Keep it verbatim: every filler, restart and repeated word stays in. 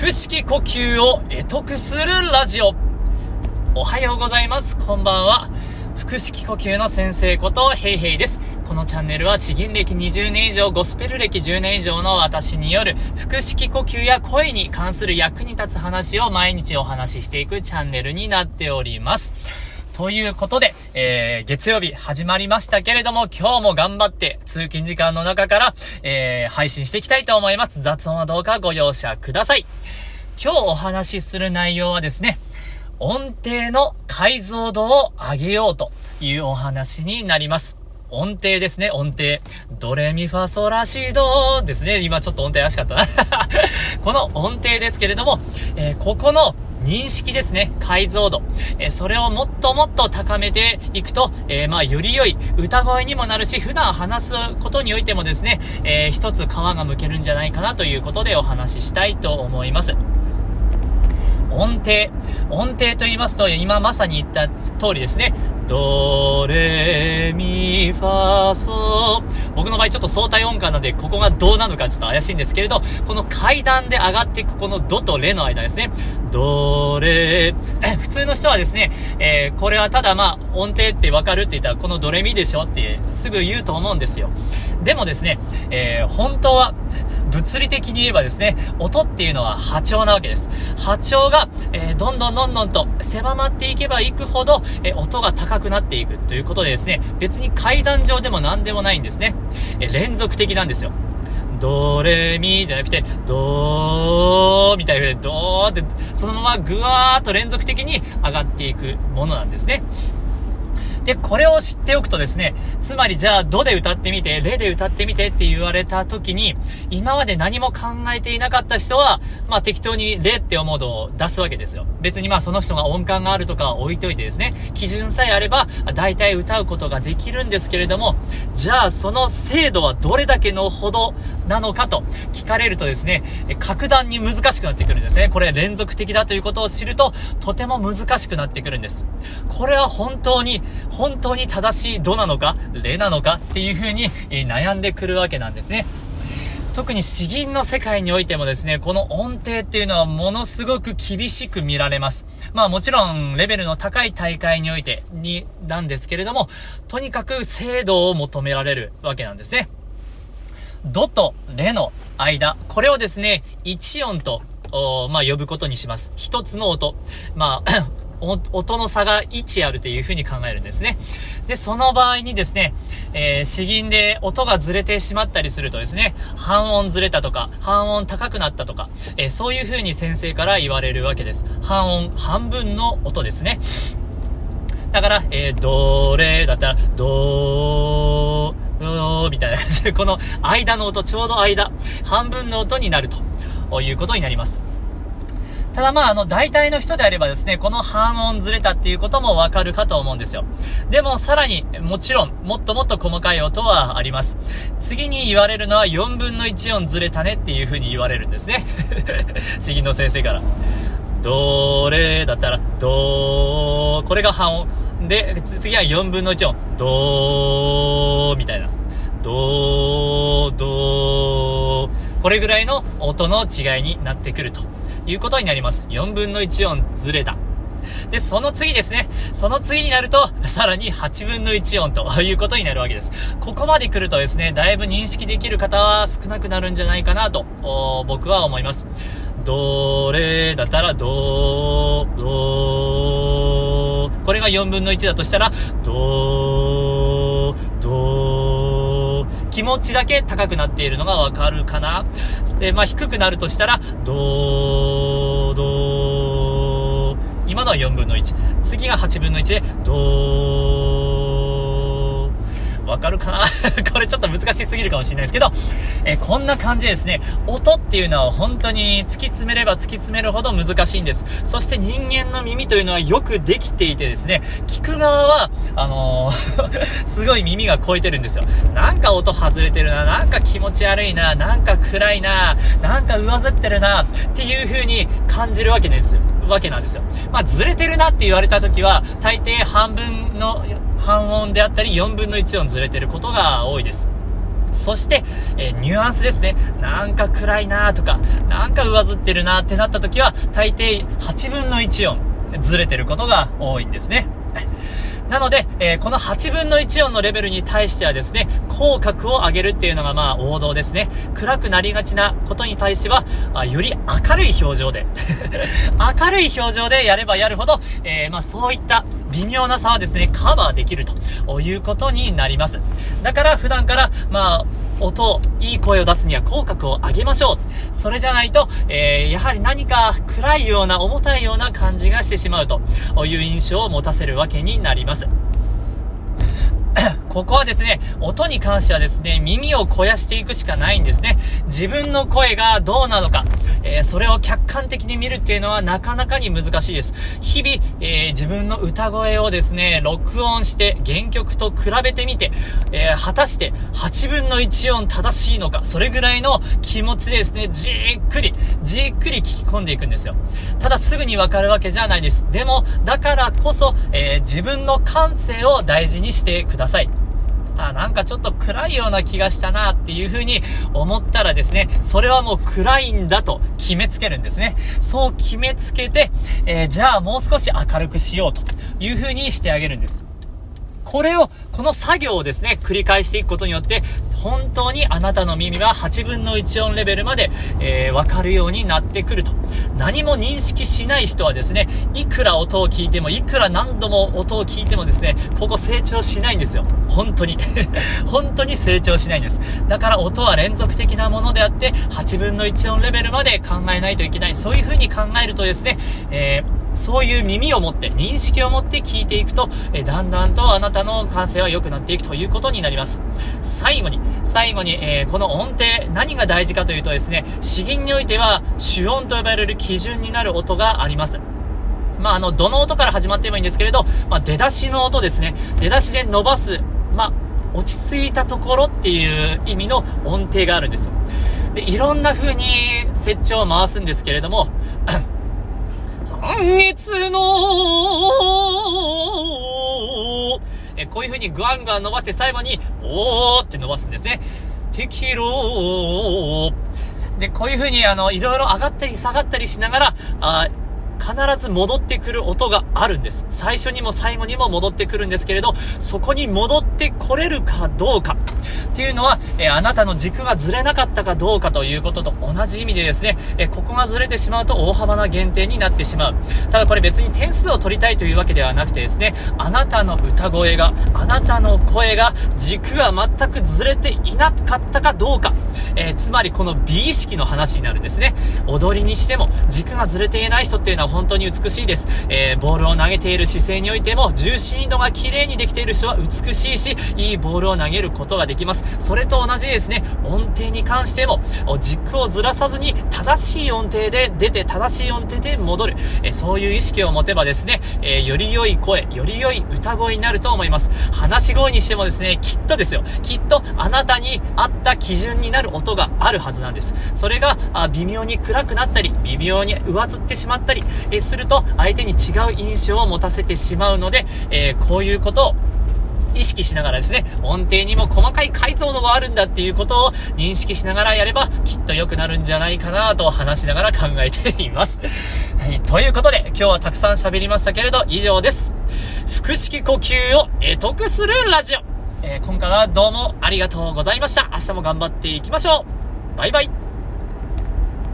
腹式呼吸を得得するラジオ。おはようございます。こんばんは。腹式呼吸の先生ことヘイヘイです。このチャンネルは詩吟歴にじゅうねん以上、ゴスペル歴じゅうねん以上の私による腹式呼吸や声に関する役に立つ話を毎日お話ししていくチャンネルになっております。ということで、えー、月曜日始まりましたけれども、今日も頑張って通勤時間の中から、えー、配信していきたいと思います。雑音はどうかご容赦ください。今日お話しする内容はですね、音程の解像度を上げようというお話になります。音程ですね、音程。ドレミファソラシドですね。今ちょっと音程怪しかったな。この音程ですけれども、えー、ここの認識ですね、解像度、えー、それをもっともっと高めていくと、えー、まあより良い歌声にもなるし、普段話すことにおいてもですね、えー、一つ皮が剥けるんじゃないかなということでお話ししたいと思います。音程音程と言いますと、今まさに言った通りですね、ドレミファソ、僕の場合ちょっと相対音感なのでここがどうなのかちょっと怪しいんですけれど、この階段で上がっていくこのドとレの間ですね、ドレ、普通の人はですね、えー、これはただまあ音程ってわかるって言ったらこのドレミでしょってすぐ言うと思うんですよ。でもですね、えー、本当は物理的に言えばですね、音っていうのは波長なわけです。波長が、えー、どんどんどんどんと狭まっていけばいくほど、えー、音が高くなっていくということでですね、別に階段上でも何でもないんですね。えー、連続的なんですよ。ドレミじゃなくてドーみたいな、ドーってそのままぐわーっと連続的に上がっていくものなんですね。で、これを知っておくとですね、つまりじゃあドで歌ってみて、レで歌ってみてって言われた時に、今まで何も考えていなかった人は、まあ適当にレって思うのを出すわけですよ。別にまあその人が音感があるとかは置いといてですね、基準さえあれば大体歌うことができるんですけれども、じゃあその精度はどれだけのほどなのかと聞かれるとですね、格段に難しくなってくるんですね。これ連続的だということを知ると、とても難しくなってくるんです。これは本当に本当に正しいドなのかレなのかっていう風に悩んでくるわけなんですね。特に詩吟の世界においてもですね、この音程っていうのはものすごく厳しく見られます。まあもちろんレベルの高い大会においてになんですけれども、とにかく精度を求められるわけなんですね。ドとレの間、これをですねいち音とまあ呼ぶことにします。一つの音、まあ音の差がいちあるというふうに考えるんですね。で、その場合にですね、えー、詩吟で音がずれてしまったりするとですね、半音ずれたとか、半音高くなったとか、えー、そういうふうに先生から言われるわけです。半音、半分の音ですね。だから、えー、ドレだったら、ドーみたいな感じで、この間の音、ちょうど間、半分の音になるということになります。ただまああの大体の人であればですね、この半音ずれたっていうこともわかるかと思うんですよ。でもさらにもちろんもっともっと細かい音はあります。次に言われるのはよんぶんのいち音ずれたねっていう風に言われるんですね。詩吟の先生から。ドレだったらドー、これが半音で、次はよんぶんのいち音ドーみたいな、ドードー、これぐらいの音の違いになってくるということになります。よんぶんのいち音ずれた。で、その次ですね。その次になると、さらにはちぶんのいち音ということになるわけです。ここまで来るとですね、だいぶ認識できる方は少なくなるんじゃないかなと、僕は思います。ドレだったらドー、ドー。これがよんぶんのいちだとしたら、ドー、ドー。気持ちだけ高くなっているのがわかるかな。で、まあ低くなるとしたら、ドー、ドー。今のはよんぶんのいち。次がはちぶんのいちで、ドー。わかるかなこれちょっと難しすぎるかもしれないですけど、えー、こんな感じでですね、音っていうのは本当に突き詰めれば突き詰めるほど難しいんです。そして人間の耳というのはよくできていてですね、聞く側はあのー、すごい耳が超えてるんですよ。なんか音外れてるな、なんか気持ち悪いな、なんか暗いな、なんか上ずってるなっていう風に感じるわけですわけなんですよ。まあずれてるなって言われた時は大抵半分の半音であったりよんぶんのいち音ずれてることが多いです。 そして、えー、ニュアンスですね。なんか暗いなとか、なんか上ずってるなってなった時は、大抵はちぶんのいち音ずれてることが多いんですね。なので、えー、このはちぶんのいち音のレベルに対してはですね、口角を上げるっていうのがまあ王道ですね。暗くなりがちなことに対しては、あより明るい表情で、明るい表情でやればやるほど、えー、まあそういった微妙な差はですね、カバーできるということになります。だから普段から、まあ、音、いい声を出すには口角を上げましょう。それじゃないと、えー、やはり何か暗いような重たいような感じがしてしまうという印象を持たせるわけになります。ここはですね、音に関してはですね、耳を肥やしていくしかないんですね。自分の声がどうなのか、えー、それを客観的に見るっていうのはなかなかに難しいです。日々、えー、自分の歌声をですね、録音して原曲と比べてみて、えー、果たしてはちぶんのいち音正しいのか、それぐらいの気持ちでですね、じっくり、じっくり聞き込んでいくんですよ。ただすぐにわかるわけじゃないです。でも、だからこそ、えー、自分の感性を大事にしてください。あ、なんかちょっと暗いような気がしたなっていう風に思ったらですね、それはもう暗いんだと決めつけるんですね。そう決めつけて、えー、じゃあもう少し明るくしようという風にしてあげるんです。これを、この作業をですね、繰り返していくことによって、本当にあなたの耳ははちぶんのいち音レベルまで、えー、わかるようになってくると。何も認識しない人はですね、いくら音を聞いても、いくら何度も音を聞いてもですね、ここ成長しないんですよ。本当に。本当に成長しないんです。だから音は連続的なものであって、はちぶんのいち音レベルまで考えないといけない。そういう風に考えるとですね、えーそういう耳を持って、認識を持って聞いていくと、えだんだんとあなたの感性は良くなっていくということになります。最後に、最後に、えー、この音程、何が大事かというとですね、詩吟においては、主音と呼ばれる基準になる音があります。まあ、あの、どの音から始まってもいいんですけれど、まあ、出だしの音ですね。出だしで伸ばす、まあ、落ち着いたところっていう意味の音程があるんですよ。で、いろんな風に接長を回すんですけれども、残月のえこういう風にグワングワン伸ばして最後におーって伸ばすんですね。適量で、こういう風にあのいろいろ上がったり下がったりしながらあ必ず戻ってくる音があるんです。最初にも最後にも戻ってくるんですけれど、そこに戻ってこれるかどうかっていうのは、えー、あなたの軸がずれなかったかどうかということと同じ意味でですね、えー、ここがずれてしまうと大幅な減点になってしまう。ただこれ別に点数を取りたいというわけではなくてですね、あなたの歌声が、あなたの声が軸が全くずれていなかったかどうか、えー、つまりこの美意識の話になるんですね。踊りにしても軸がずれていない人っていうのは本当に美しいです。えー、ボールを投げている姿勢においても重心度が綺麗にできている人は美しいし、いいボールを投げることができます。それと同じですね、音程に関しても軸をずらさずに正しい音程で出て正しい音程で戻る、えー、そういう意識を持てばですね、えー、より良い声、より良い歌声になると思います。話し声にしてもですね、きっとですよ、きっとあなたに合った基準になる音があるはずなんです。それがあ微妙に暗くなったり微妙に上ずってしまったりえすると相手に違う印象を持たせてしまうので、えー、こういうことを意識しながらですね、音程にも細かい解像度があるんだっていうことを認識しながらやればきっと良くなるんじゃないかなと話しながら考えています、はい、ということで今日はたくさん喋りましたけれど以上です。腹式呼吸を得得するラジオ、えー、今回はどうもありがとうございました。明日も頑張っていきましょう。バイバイ。